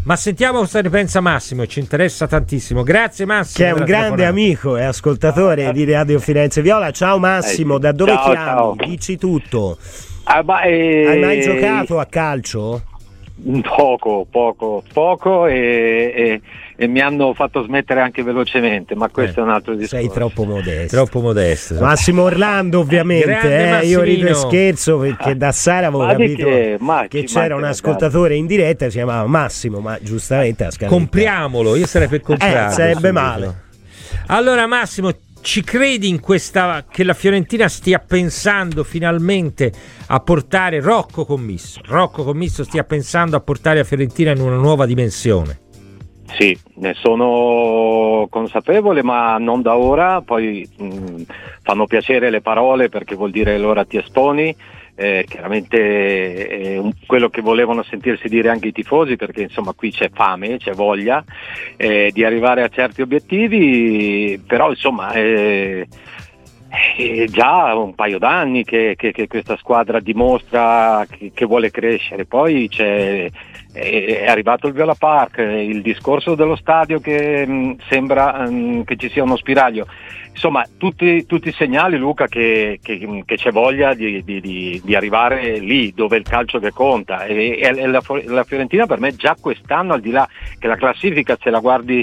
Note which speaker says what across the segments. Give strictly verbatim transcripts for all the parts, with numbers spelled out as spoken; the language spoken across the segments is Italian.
Speaker 1: Ma sentiamo cosa ne pensa Massimo, ci interessa tantissimo. Grazie Massimo,
Speaker 2: che è un grande amico e ascoltatore di Radio Firenze Viola. Ciao Massimo, da dove
Speaker 3: ciao,
Speaker 2: chiami?
Speaker 3: ciao.
Speaker 2: Dici tutto.
Speaker 3: Ah, ma, eh,
Speaker 2: Hai mai giocato a calcio?
Speaker 3: Poco, poco, poco e, e, e mi hanno fatto smettere anche velocemente, ma questo
Speaker 2: eh,
Speaker 3: è un altro discorso.
Speaker 2: Sei troppo modesto.
Speaker 1: Troppo modesto.
Speaker 2: Massimo Orlando ovviamente, eh, io rido e scherzo perché da Sara avevo
Speaker 3: Ma di
Speaker 2: capito
Speaker 3: che? Ma
Speaker 2: che
Speaker 3: ci
Speaker 2: c'era un
Speaker 3: manca,
Speaker 2: ascoltatore in diretta, si chiamava Massimo, ma giustamente ha scritto.
Speaker 1: Compriamolo, io sarei per comprarlo.
Speaker 2: Eh, sarebbe
Speaker 1: subito.
Speaker 2: male.
Speaker 1: Allora Massimo, ci credi in questa, che la Fiorentina stia pensando finalmente a portare Rocco Commisso Rocco Commisso stia pensando a portare la Fiorentina in una nuova dimensione?
Speaker 3: Sì, ne sono consapevole, ma non da ora. Poi mh, fanno piacere le parole, perché vuol dire allora ti esponi. Eh, chiaramente è un, quello che volevano sentirsi dire anche i tifosi, perché insomma qui c'è fame, c'è voglia eh, di arrivare a certi obiettivi, però insomma è, è già un paio d'anni che, che, che questa squadra dimostra che, che vuole crescere. Poi c'è, è, è arrivato il Viola Park, il discorso dello stadio che mh, sembra mh, che ci sia uno spiraglio. Insomma, tutti, tutti i segnali, Luca, che, che, che c'è voglia di, di, di, di arrivare lì dove è il calcio che conta. E, e la, la Fiorentina per me già quest'anno, al di là che la classifica, se la guardi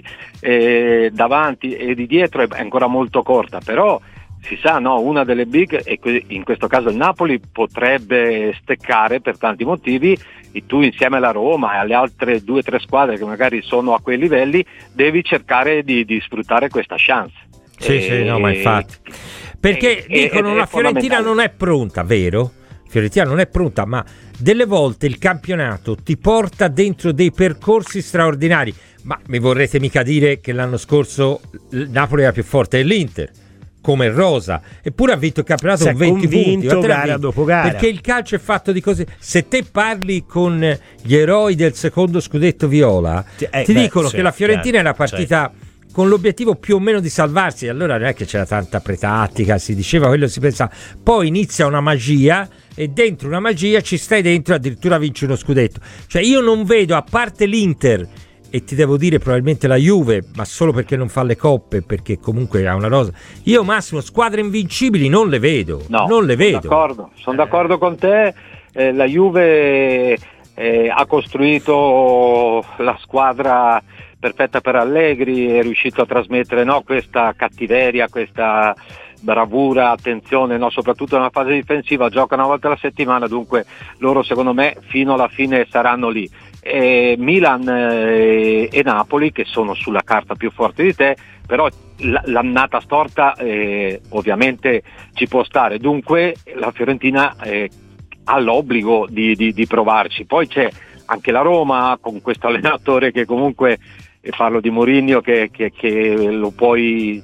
Speaker 3: eh, davanti e di dietro, è ancora molto corta, però si sa, no, una delle big, e in questo caso il Napoli, potrebbe steccare per tanti motivi, e tu insieme alla Roma e alle altre due o tre squadre che magari sono a quei livelli devi cercare di, di sfruttare questa chance.
Speaker 1: Sì,
Speaker 3: e,
Speaker 1: sì, no, ma infatti. Perché
Speaker 3: e,
Speaker 1: dicono
Speaker 3: e,
Speaker 1: la Fiorentina non è pronta, vero? Fiorentina non è pronta, ma delle volte il campionato ti porta dentro dei percorsi straordinari. Ma mi vorrete mica dire che l'anno scorso il Napoli era più forte dell'Inter, come Rosa, eppure ha vinto il campionato
Speaker 2: si
Speaker 1: con venti punti
Speaker 2: gara dopo gara,
Speaker 1: perché il calcio è fatto di cose. Se te parli con gli eroi del secondo scudetto viola,
Speaker 2: eh,
Speaker 1: ti
Speaker 2: beh,
Speaker 1: dicono
Speaker 2: sì,
Speaker 1: che la Fiorentina
Speaker 2: chiaro,
Speaker 1: è una partita sì, con l'obiettivo più o meno di salvarsi. Allora non è che c'era tanta pretattica, si diceva quello, si pensava, poi inizia una magia e dentro una magia ci stai dentro, addirittura vinci uno scudetto. Cioè io non vedo, a parte l'Inter e ti devo dire probabilmente la Juve, ma solo perché non fa le coppe, perché comunque ha una rosa, io Massimo squadre invincibili non le vedo,
Speaker 3: no,
Speaker 1: non le vedo.
Speaker 3: Sono d'accordo, sono d'accordo con te. eh, la Juve eh, ha costruito la squadra perfetta per Allegri, è riuscito a trasmettere, no, questa cattiveria, questa bravura, attenzione, no, soprattutto nella fase difensiva, gioca una volta alla settimana, dunque loro secondo me fino alla fine saranno lì. E Milan e, e Napoli, che sono sulla carta più forti di te, però l'annata storta eh, ovviamente ci può stare, dunque la Fiorentina eh, ha l'obbligo di, di, di provarci. Poi c'è anche la Roma con questo allenatore che comunque, e parlo di Mourinho, che, che, che lo puoi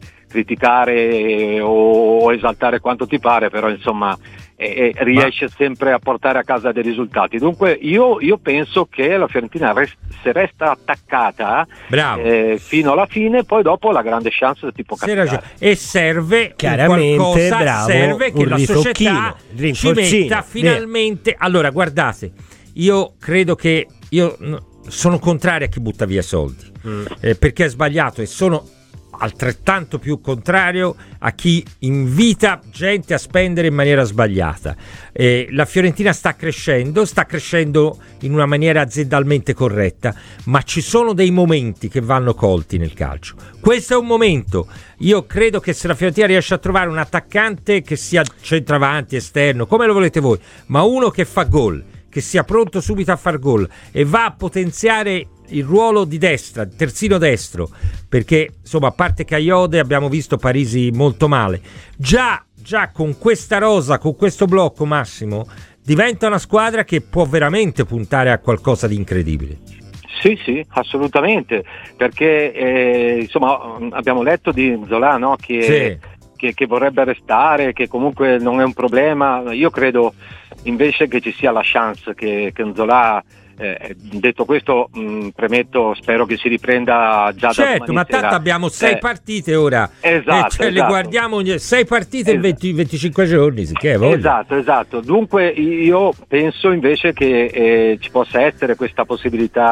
Speaker 3: criticare o esaltare quanto ti pare, però insomma eh, riesce Ma... sempre a portare a casa dei risultati. Dunque io, io penso che la Fiorentina rest, se resta attaccata eh, fino alla fine, poi dopo la grande chance ti può capitare.
Speaker 1: E serve
Speaker 2: chiaramente
Speaker 1: qualcosa,
Speaker 2: bravo,
Speaker 1: serve che la società ci metta finalmente. Allora guardate, io credo che io sono contrario a chi butta via soldi, mm. eh, perché è sbagliato, e sono altrettanto più contrario a chi invita gente a spendere in maniera sbagliata. Eh, la Fiorentina sta crescendo, sta crescendo in una maniera aziendalmente corretta, ma ci sono dei momenti che vanno colti nel calcio. Questo è un momento. Io credo che se la Fiorentina riesce a trovare un attaccante che sia centravanti, esterno, come lo volete voi, ma uno che fa gol, che sia pronto subito a far gol e va a potenziare il ruolo di destra, terzino destro, perché insomma, a parte Caiode, abbiamo visto Parisi molto male. Già, già con questa rosa, con questo blocco, Massimo, diventa una squadra che può veramente puntare a qualcosa di incredibile.
Speaker 3: Sì, sì, assolutamente, perché eh, insomma abbiamo letto di Nzola, no? Che, sì. che, che vorrebbe restare, che comunque non è un problema. Io credo invece che ci sia la chance che, che Nzola, eh, detto questo, mh, premetto, spero che si riprenda già
Speaker 1: certo,
Speaker 3: da domani
Speaker 1: ma tanto
Speaker 3: sera.
Speaker 1: abbiamo sei
Speaker 3: eh,
Speaker 1: partite ora,
Speaker 3: esatto,
Speaker 1: eh, cioè
Speaker 3: esatto.
Speaker 1: le guardiamo sei partite
Speaker 3: esatto.
Speaker 1: in venti, venticinque giorni, sì, che è voglia.
Speaker 3: Esatto, esatto. Dunque io penso invece che eh, ci possa essere questa possibilità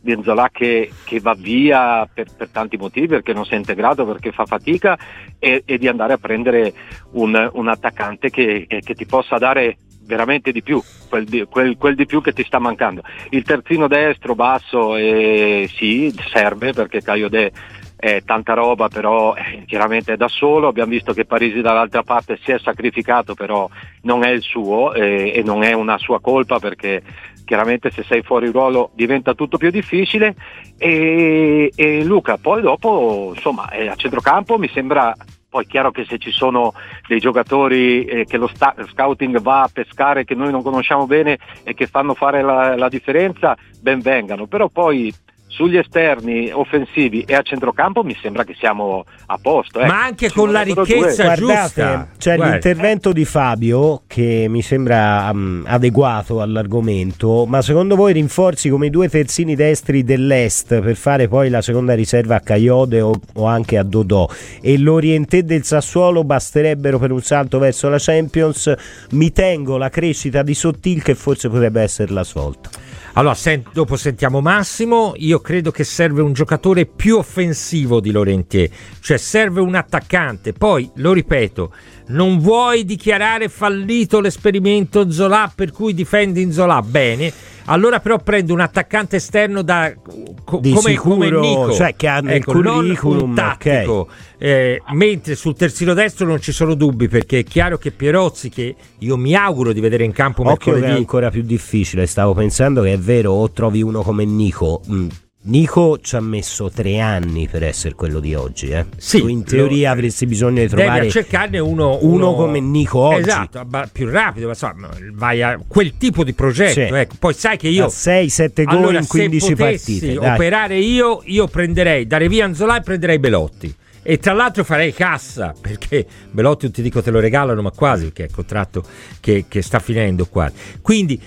Speaker 3: di Nzola che, che va via per, per tanti motivi, perché non si è integrato, perché fa fatica, e, e di andare a prendere un, un attaccante che, che, che ti possa dare veramente di più, quel di, quel, quel di più che ti sta mancando. Il terzino destro basso, eh, sì, serve, perché Kayode è tanta roba, però eh, chiaramente è da solo. Abbiamo visto che Parisi dall'altra parte si è sacrificato, però non è il suo, eh, e non è una sua colpa, perché chiaramente se sei fuori ruolo diventa tutto più difficile. E, e Luca poi dopo, insomma, eh, a centrocampo mi sembra. Poi è chiaro che se ci sono dei giocatori eh, che lo, sta- lo scouting va a pescare, che noi non conosciamo bene e che fanno fare la, la differenza, ben vengano, però poi sugli esterni offensivi e a centrocampo mi sembra che siamo a posto, eh.
Speaker 1: Ma anche con la ricchezza giusta.
Speaker 2: C'è
Speaker 1: Guarda.
Speaker 2: l'intervento di Fabio che mi sembra um, adeguato all'argomento, ma secondo voi rinforzi come i due terzini destri dell'Est per fare poi la seconda riserva a Kayode o, o anche a Dodò, e l'Orientè del Sassuolo basterebbero per un salto verso la Champions? Mi tengo la crescita di Sottil, che forse potrebbe essere la svolta.
Speaker 1: Allora, sent- dopo sentiamo Massimo. Io credo che serve un giocatore più offensivo di Laurentier, cioè serve un attaccante. Poi, lo ripeto, non vuoi dichiarare fallito l'esperimento Nzola, per cui difendi Nzola, bene, allora però prendo un attaccante esterno da co-
Speaker 2: di
Speaker 1: come,
Speaker 2: sicuro,
Speaker 1: come Nico,
Speaker 2: cioè che ha nel
Speaker 1: ecco,
Speaker 2: curriculum,
Speaker 1: non un tattico,
Speaker 2: okay.
Speaker 1: eh, mentre sul terzino destro non ci sono dubbi, perché è chiaro che Pierozzi, che io mi auguro di vedere in campo
Speaker 2: Occhio
Speaker 1: mercoledì,
Speaker 2: che è ancora più difficile. Stavo pensando che è vero, o trovi uno come Nico. mm. Nico ci ha messo tre anni per essere quello di oggi, eh?
Speaker 1: Sì,
Speaker 2: tu in teoria
Speaker 1: lo,
Speaker 2: avresti bisogno di trovare
Speaker 1: devi cercarne uno,
Speaker 2: uno, uno come Nico oggi,
Speaker 1: esatto, più rapido, ma insomma, vai a quel tipo di progetto, sì. Ecco. Poi sai che io
Speaker 2: sei sette gol
Speaker 1: allora,
Speaker 2: in quindici
Speaker 1: se potessi
Speaker 2: partite, dai.
Speaker 1: operare io, io prenderei, dare via Nzola e prenderei Belotti. E tra l'altro farei cassa, perché Belotti non ti dico te lo regalano, ma quasi, perché è il contratto che, che sta finendo qua. Quindi,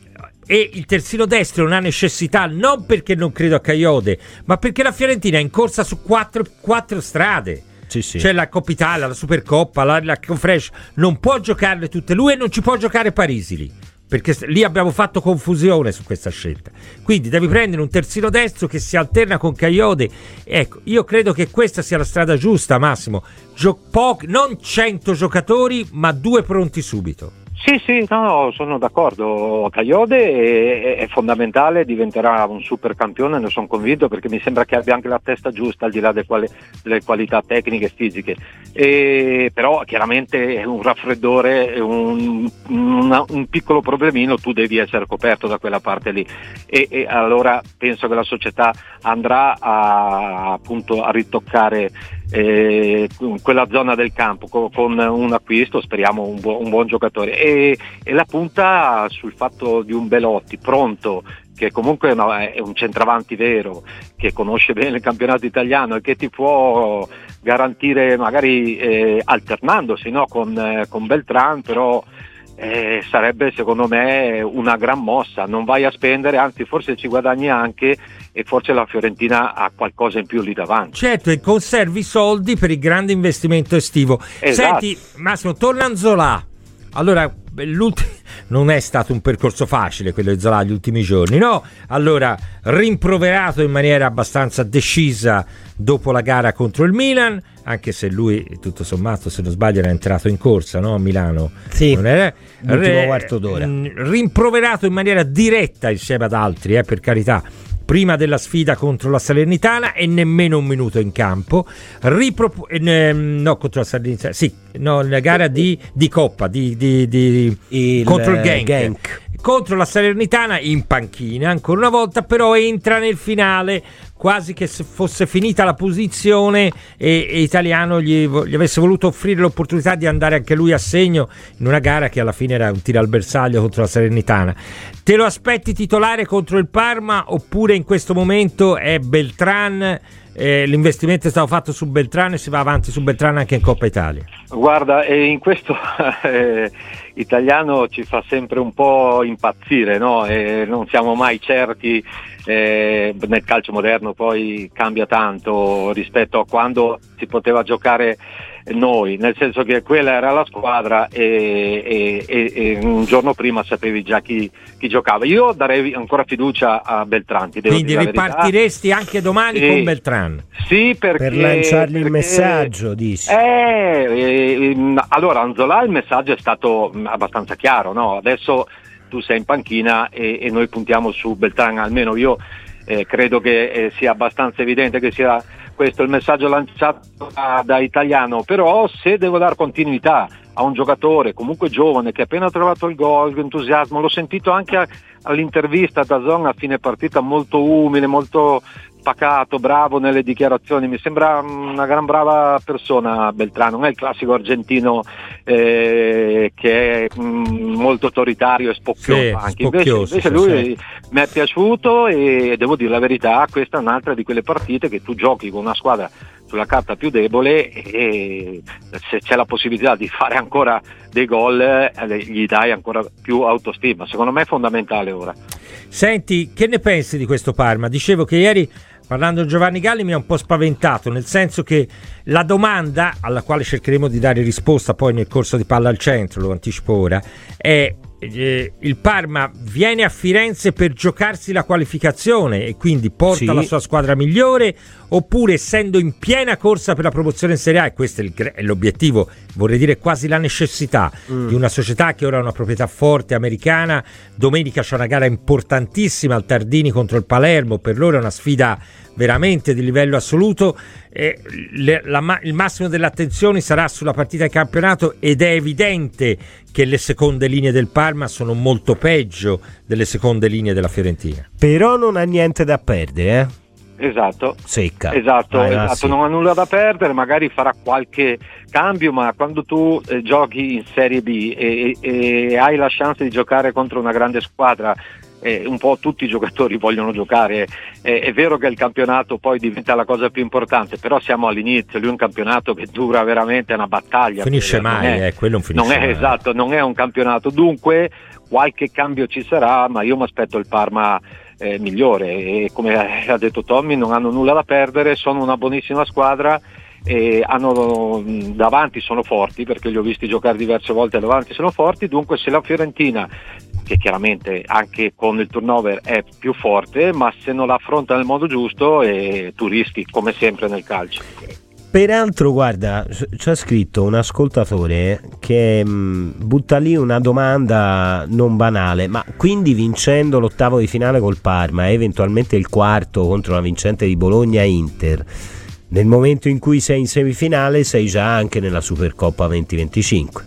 Speaker 1: e il terzino destro non ha necessità, non perché non credo a Kayode, ma perché la Fiorentina è in corsa su quattro, quattro strade.
Speaker 2: Sì, sì.
Speaker 1: C'è la Coppa Italia, la Supercoppa, la, la Confresh, non può giocarle tutte lui e non ci può giocare Parisi lì, perché lì abbiamo fatto confusione su questa scelta. Quindi devi prendere un terzino destro che si alterna con Kayode. Ecco, io credo che questa sia la strada giusta, Massimo. Gio- po- non cento giocatori, ma due pronti subito.
Speaker 3: Sì, sì, no, sono d'accordo. Kayode è, è fondamentale, diventerà un super campione, ne sono convinto, perché mi sembra che abbia anche la testa giusta, al di là delle, quali, delle qualità tecniche e fisiche. E, però chiaramente è un raffreddore, un, una, un piccolo problemino, tu devi essere coperto da quella parte lì. E, e allora penso che la società andrà a, appunto a ritoccare Eh, quella zona del campo con, con un acquisto, speriamo un, bu- un buon giocatore, e, e la punta sul fatto di un Belotti pronto, che comunque no, è un centravanti vero, che conosce bene il campionato italiano e che ti può garantire, magari eh, alternandosi, no, con, eh, con Beltran, però Eh, sarebbe secondo me una gran mossa. Non vai a spendere, anzi forse ci guadagni anche, e forse la Fiorentina ha qualcosa in più lì davanti.
Speaker 1: Certo, e conservi soldi per il grande investimento estivo.
Speaker 3: Esatto.
Speaker 1: Senti Massimo, torna Nzola. Allora, non è stato un percorso facile quello di Nzola gli ultimi giorni, no? Allora, rimproverato in maniera abbastanza decisa dopo la gara contro il Milan, anche se lui, tutto sommato, se non sbaglio, era entrato in corsa, no? A Milano.
Speaker 2: Sì,
Speaker 1: non era,
Speaker 2: l'ultimo
Speaker 1: re,
Speaker 2: quarto d'ora.
Speaker 1: Rimproverato in maniera diretta insieme ad altri, eh, per carità, prima della sfida contro la Salernitana, e nemmeno un minuto in campo. Ripropo- eh, no, contro la Salernitana, sì, no, la gara di, di Coppa di, di, di,
Speaker 2: il,
Speaker 1: contro il Genk.
Speaker 2: Genk.
Speaker 1: Contro la Salernitana in panchina ancora una volta, però entra nel finale quasi che se fosse finita la posizione e, e Italiano gli, gli avesse voluto offrire l'opportunità di andare anche lui a segno in una gara che alla fine era un tiro al bersaglio contro la Salernitana. Te lo aspetti titolare contro il Parma, oppure in questo momento è Beltran? Eh, l'investimento è stato fatto su Beltran e si va avanti su Beltran anche in Coppa Italia?
Speaker 3: Guarda, e in questo eh, Italiano ci fa sempre un po' impazzire, no? E non siamo mai certi eh, nel calcio moderno poi cambia tanto rispetto a quando si poteva giocare noi, nel senso che quella era la squadra e, e, e, e un giorno prima sapevi già chi, chi giocava. Io darei ancora fiducia a Beltrán.
Speaker 1: Quindi ripartiresti anche domani sì, con Beltrán?
Speaker 3: Sì, perché,
Speaker 2: per lanciargli
Speaker 3: perché,
Speaker 2: il messaggio, dici?
Speaker 3: Eh, eh, allora Anzola il messaggio è stato abbastanza chiaro, no? Adesso tu sei in panchina e, e noi puntiamo su Beltrán, almeno io eh, credo che eh, sia abbastanza evidente che sia questo il messaggio lanciato da, da Italiano. Però se devo dare continuità a un giocatore comunque giovane che ha appena trovato il gol, entusiasmo, l'ho sentito anche a, all'intervista da Zon a fine partita, molto umile, molto pacato, bravo nelle dichiarazioni, mi sembra una gran brava persona Beltrán, non è il classico argentino eh, che è mh, molto autoritario e spocchioso,
Speaker 1: sì,
Speaker 3: anche invece, invece lui sì. Mi è piaciuto e devo dire la verità, questa è un'altra di quelle partite che tu giochi con una squadra sulla carta più debole e se c'è la possibilità di fare ancora dei gol eh, gli dai ancora più autostima, secondo me è fondamentale ora.
Speaker 1: Senti, che ne pensi di questo Parma? Dicevo che ieri parlando di Giovanni Galli mi ha un po' spaventato, nel senso che la domanda alla quale cercheremo di dare risposta poi nel corso di Palla al Centro, lo anticipo ora, è eh, il Parma viene a Firenze per giocarsi la qualificazione e quindi porta sì. la sua squadra migliore, oppure essendo in piena corsa per la promozione in Serie A, e questo è, il, è l'obiettivo, vorrei dire quasi la necessità mm. di una società che ora ha una proprietà forte americana. Domenica c'è una gara importantissima al Tardini contro il Palermo, per loro è una sfida veramente di livello assoluto, eh, le, la, il massimo dell'attenzione sarà sulla partita di campionato ed è evidente che le seconde linee del Parma sono molto peggio delle seconde linee della Fiorentina.
Speaker 2: Però non ha niente da perdere, eh?
Speaker 3: Esatto,
Speaker 2: secca.
Speaker 3: Esatto,
Speaker 2: ah,
Speaker 3: esatto.
Speaker 2: Sì.
Speaker 3: Non ha nulla da perdere, magari farà qualche cambio, ma quando tu eh, giochi in Serie B e, e, e hai la chance di giocare contro una grande squadra, eh, un po' tutti i giocatori vogliono giocare, eh, è vero che il campionato poi diventa la cosa più importante, però siamo all'inizio, lui è un campionato che dura veramente una battaglia.
Speaker 1: Finisce mai,
Speaker 3: è,
Speaker 1: eh, quello non finisce
Speaker 3: non è,
Speaker 1: mai.
Speaker 3: Esatto, non è un campionato, dunque qualche cambio ci sarà, ma io mi aspetto il Parma Eh, migliore e come ha detto Tommy non hanno nulla da perdere, sono una buonissima squadra e hanno davanti, sono forti perché li ho visti giocare diverse volte davanti, sono forti, dunque se la Fiorentina, che chiaramente anche con il turnover è più forte, ma se non la affronta nel modo giusto eh, tu rischi come sempre nel calcio.
Speaker 2: Peraltro, guarda, c'è scritto un ascoltatore che mh, butta lì una domanda non banale, ma quindi vincendo l'ottavo di finale col Parma e eventualmente il quarto contro la vincente di Bologna-Inter, nel momento in cui sei in semifinale sei già anche nella Supercoppa venti venticinque.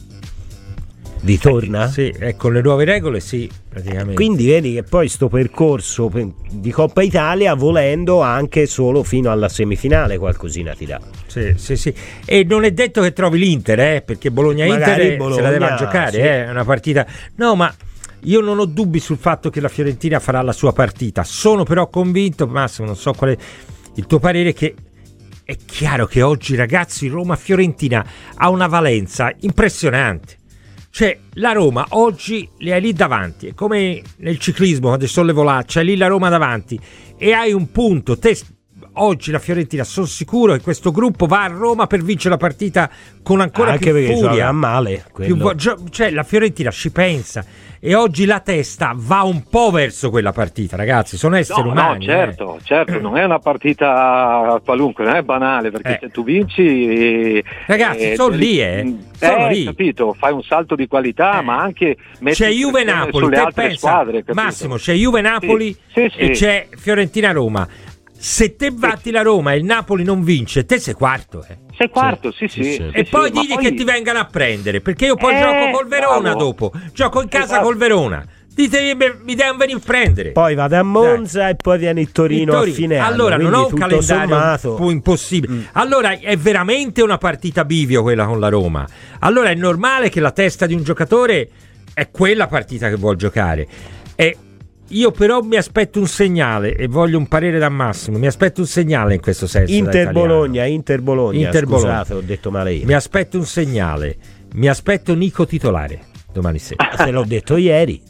Speaker 2: Ritorna?
Speaker 1: Eh, sì, eh, con le nuove regole sì, praticamente.
Speaker 2: Quindi vedi che poi sto percorso di Coppa Italia, volendo anche solo fino alla semifinale, qualcosina ti dà.
Speaker 1: Sì, sì, sì. E non è detto che trovi l'Inter, eh, perché Bologna-Inter Bologna, se la deve giocare, sì. È eh, una partita. No, ma io non ho dubbi sul fatto che la Fiorentina farà la sua partita. Sono però convinto, Massimo, non so qual è il tuo parere, che è chiaro che oggi, ragazzi, Roma-Fiorentina ha una valenza impressionante. Cioè la Roma oggi le hai lì davanti, è come nel ciclismo quando sollevo là, c'è lì la Roma davanti e hai un punto. Te, oggi la Fiorentina, sono sicuro che questo gruppo va a Roma per vincere la partita con ancora
Speaker 2: anche
Speaker 1: più furia,
Speaker 2: a male
Speaker 1: più, cioè la Fiorentina ci pensa e oggi la testa va un po' verso quella partita, ragazzi, sono esseri
Speaker 3: no,
Speaker 1: umani.
Speaker 3: No, certo,
Speaker 1: eh.
Speaker 3: certo, non è una partita qualunque, non è banale, perché eh. se tu vinci...
Speaker 1: Ragazzi, eh, sono lì, eh. Sono
Speaker 3: eh,
Speaker 1: lì.
Speaker 3: Capito, fai un salto di qualità, eh. ma anche...
Speaker 1: C'è Juve-Napoli,
Speaker 3: sulle
Speaker 1: te
Speaker 3: altre
Speaker 1: pensa,
Speaker 3: squadre, capito?
Speaker 1: Massimo, c'è Juve-Napoli
Speaker 3: sì, sì,
Speaker 1: e
Speaker 3: sì.
Speaker 1: c'è Fiorentina-Roma. Se te batti la Roma e il Napoli non vince, te sei quarto, eh.
Speaker 3: Sei quarto, sì, sì. sì, sì.
Speaker 1: E
Speaker 3: sì,
Speaker 1: poi
Speaker 3: sì,
Speaker 1: digli
Speaker 3: poi...
Speaker 1: che ti vengano a prendere, perché io poi
Speaker 3: eh,
Speaker 1: gioco col Verona
Speaker 3: bravo.
Speaker 1: dopo. Gioco in casa
Speaker 3: esatto.
Speaker 1: col Verona. Dite mi devono venire a prendere.
Speaker 2: Poi vado a Monza Dai. e poi viene il Torino, il Torino. a fine anno.
Speaker 1: Allora non ho un calendario
Speaker 2: sommato...
Speaker 1: un impossibile. Mm. Allora è veramente una partita bivio quella con la Roma. Allora è normale che la testa di un giocatore è quella partita che vuol giocare. E io però mi aspetto un segnale e voglio un parere da Massimo. Mi aspetto un segnale in questo senso.
Speaker 2: Inter Bologna, Inter Bologna.
Speaker 1: Inter
Speaker 2: Scusate, ho detto male io.
Speaker 1: Mi aspetto un segnale. Mi aspetto Nico titolare domani sera.
Speaker 2: Te l'ho detto ieri.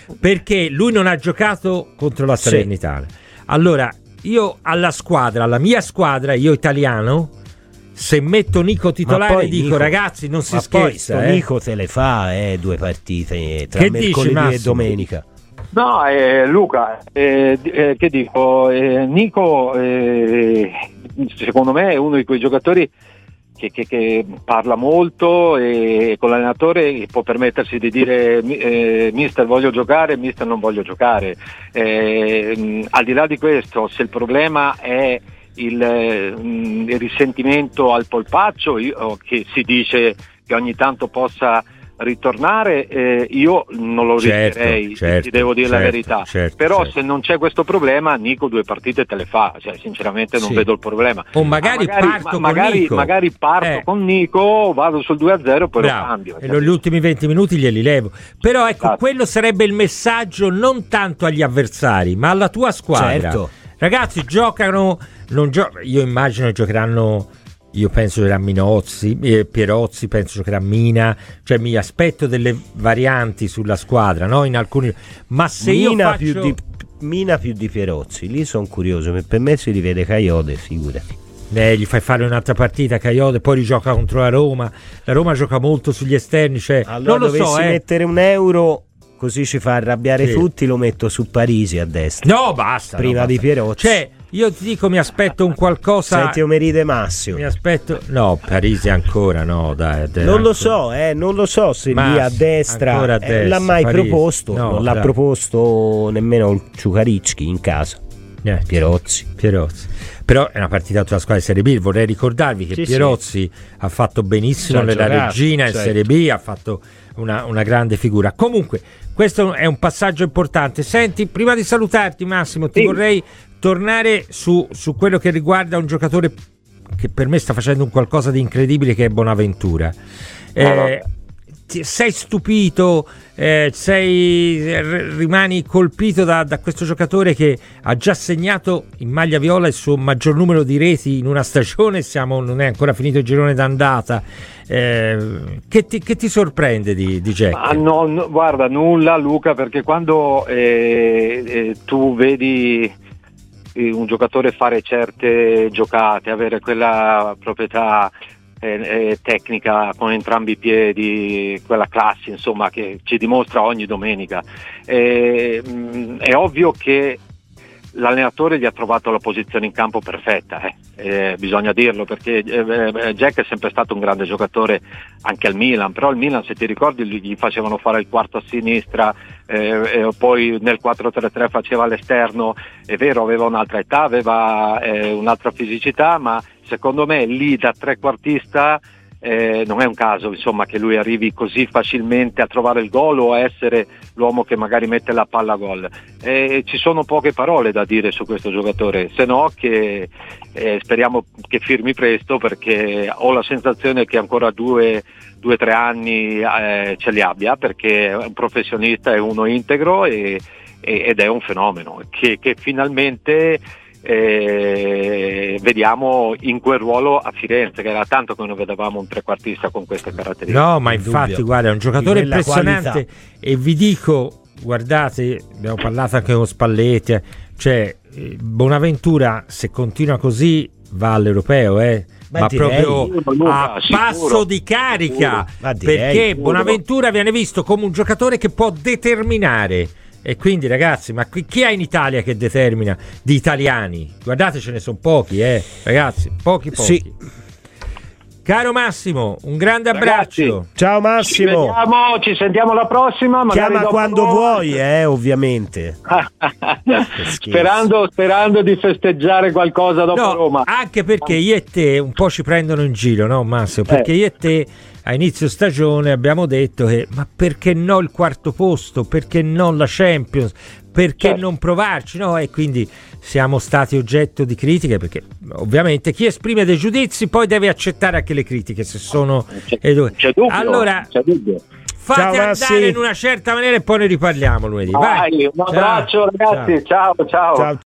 Speaker 1: perché lui non ha giocato contro la Salernitana. Sì. Allora, io alla squadra, alla mia squadra, io italiano, se metto Nico titolare dico Nico, ragazzi non si scherza,
Speaker 2: poi
Speaker 1: eh.
Speaker 2: Nico te le fa eh, due partite tra che mercoledì dici, e domenica.
Speaker 3: No, eh, Luca, eh, eh, che dico, eh, Nico eh, secondo me è uno di quei giocatori che, che, che parla molto e con l'allenatore può permettersi di dire eh, mister voglio giocare, mister non voglio giocare. Eh, mh, al di là di questo, se il problema è il, mh, il risentimento al polpaccio, io, che si dice che ogni tanto possa ritornare, eh, io non lo
Speaker 1: certo,
Speaker 3: rischierei,
Speaker 1: certo,
Speaker 3: ti devo dire
Speaker 1: certo,
Speaker 3: la verità,
Speaker 1: certo,
Speaker 3: però
Speaker 1: certo.
Speaker 3: se non c'è questo problema Nico due partite te le fa, cioè, sinceramente non
Speaker 1: sì.
Speaker 3: vedo il problema.
Speaker 1: O magari,
Speaker 3: magari
Speaker 1: parto
Speaker 3: ma,
Speaker 1: con
Speaker 3: magari,
Speaker 1: Nico
Speaker 3: magari parto
Speaker 1: eh.
Speaker 3: con Nico, vado sul due a zero, poi
Speaker 1: Bravo.
Speaker 3: lo cambio.
Speaker 1: E gli ultimi venti minuti glieli levo. Però ecco,
Speaker 3: esatto.
Speaker 1: quello sarebbe il messaggio non tanto agli avversari, ma alla tua squadra.
Speaker 2: Certo.
Speaker 1: Ragazzi, giocano, non gio- io immagino giocheranno. Io penso giocherà Minozzi, eh, Pierozzi, penso giocherà Mina, cioè mi aspetto delle varianti sulla squadra, no? In alcuni, ma se
Speaker 2: Mina
Speaker 1: io faccio
Speaker 2: più di, Mina più di Pierozzi, lì sono curioso, per me si rivede Caiode, figurati.
Speaker 1: Eh, gli fai fare un'altra partita Caiode, poi rigioca contro la Roma. La Roma gioca molto sugli esterni, cioè
Speaker 2: allora
Speaker 1: non lo
Speaker 2: dovessi
Speaker 1: so, eh.
Speaker 2: mettere un euro così ci fa arrabbiare
Speaker 1: sì.
Speaker 2: tutti, lo metto su Parisi a destra.
Speaker 1: No, basta.
Speaker 2: Prima
Speaker 1: no,
Speaker 2: di
Speaker 1: basta.
Speaker 2: Pierozzi.
Speaker 1: Cioè, io ti dico, mi aspetto un qualcosa.
Speaker 2: Senti Omeride Massimo.
Speaker 1: Mi aspetto. No, Parisi ancora no, dai. dai
Speaker 2: non
Speaker 1: ancora.
Speaker 2: lo so, eh, non lo so se
Speaker 1: Massimo,
Speaker 2: lì a destra,
Speaker 1: a
Speaker 2: eh,
Speaker 1: destra
Speaker 2: l'ha mai
Speaker 1: Parisi.
Speaker 2: proposto,
Speaker 1: No,
Speaker 2: non l'ha
Speaker 1: bravo.
Speaker 2: proposto nemmeno il Ciucaricchi in casa.
Speaker 1: Eh,
Speaker 2: Pierozzi.
Speaker 1: Pierozzi. Però è una partita tra la squadra di Serie B. Vorrei ricordarvi che
Speaker 2: sì,
Speaker 1: Pierozzi sì. ha fatto benissimo
Speaker 2: C'ha
Speaker 1: nella
Speaker 2: giocato,
Speaker 1: Regina in
Speaker 2: certo.
Speaker 1: Serie B, ha fatto una, una grande figura. Comunque, questo è un passaggio importante. Senti, prima di salutarti, Massimo, ti
Speaker 3: sì.
Speaker 1: vorrei tornare su, su quello che riguarda un giocatore che per me sta facendo un qualcosa di incredibile, che è Bonaventura. Eh, ti, sei stupito, eh, sei, r- rimani colpito da, da questo giocatore che ha già segnato in maglia viola il suo maggior numero di reti in una stagione, siamo, non è ancora finito il girone d'andata. Eh, che, ti, che ti sorprende di, di Jack?
Speaker 3: Ah, no, no, guarda, nulla Luca, perché quando eh, eh, tu vedi un giocatore fare certe giocate, avere quella proprietà eh, eh, tecnica con entrambi i piedi, quella classe insomma che ci dimostra ogni domenica, eh, mh, è ovvio che l'allenatore gli ha trovato la posizione in campo perfetta, eh. Eh, bisogna dirlo, perché eh, Jack è sempre stato un grande giocatore anche al Milan, però al Milan, se ti ricordi, gli facevano fare il quarto a sinistra, eh, e poi nel quattro tre tre faceva all'esterno. È vero, aveva un'altra età, aveva eh, un'altra fisicità, ma secondo me lì da trequartista Eh, non è un caso insomma che lui arrivi così facilmente a trovare il gol o a essere l'uomo che magari mette la palla a gol. Eh, ci sono poche parole da dire su questo giocatore, se no che eh, speriamo che firmi presto, perché ho la sensazione che ancora due due tre anni eh, ce li abbia, perché è un professionista, è uno integro e, e, ed è un fenomeno che, che finalmente Eh, vediamo in quel ruolo a Firenze, che era tanto che non vedevamo un trequartista con queste caratteristiche.
Speaker 1: No, ma infatti
Speaker 2: dubbio.
Speaker 1: guarda, è un giocatore impressionante
Speaker 2: qualità.
Speaker 1: E vi dico, guardate, abbiamo parlato anche con Spalletti, eh, cioè Bonaventura se continua così va all'europeo, eh
Speaker 2: Ma
Speaker 1: ma
Speaker 2: direi,
Speaker 1: proprio
Speaker 3: Luca,
Speaker 1: a
Speaker 3: sicuro,
Speaker 1: passo di carica,
Speaker 2: Ma direi,
Speaker 1: perché
Speaker 3: sicuro.
Speaker 1: Bonaventura viene visto come un giocatore che può determinare. E quindi ragazzi, ma qui, chi ha in Italia che determina di italiani? Guardate, ce ne sono pochi, eh ragazzi, pochi pochi.
Speaker 2: Sì.
Speaker 1: Caro Massimo, un grande abbraccio.
Speaker 3: Ragazzi,
Speaker 2: Ciao
Speaker 3: ci
Speaker 2: Massimo.
Speaker 3: vediamo, ci sentiamo la prossima.
Speaker 2: Chiama quando
Speaker 3: noi.
Speaker 2: vuoi, eh, ovviamente.
Speaker 3: sperando, sperando di festeggiare qualcosa dopo
Speaker 1: No,
Speaker 3: Roma.
Speaker 1: anche perché io e te un po' ci prendono in giro, no Massimo? Perché
Speaker 3: Eh.
Speaker 1: io e te a inizio stagione abbiamo detto che ma perché no il quarto posto, perché no la Champions, perché
Speaker 3: Certo.
Speaker 1: non provarci, no? E quindi siamo stati oggetto di critiche, perché ovviamente chi esprime dei giudizi poi deve accettare anche le critiche, se sono
Speaker 3: C'è,
Speaker 1: e dove.
Speaker 3: c'è dubbio,
Speaker 1: Allora
Speaker 3: c'è dubbio.
Speaker 1: fate
Speaker 2: Ciao,
Speaker 1: andare
Speaker 2: Massi.
Speaker 1: in una certa maniera e poi ne riparliamo lunedì. Vai.
Speaker 3: Vai, un abbraccio
Speaker 1: Ciao.
Speaker 3: ragazzi, ciao ciao.
Speaker 2: Ciao.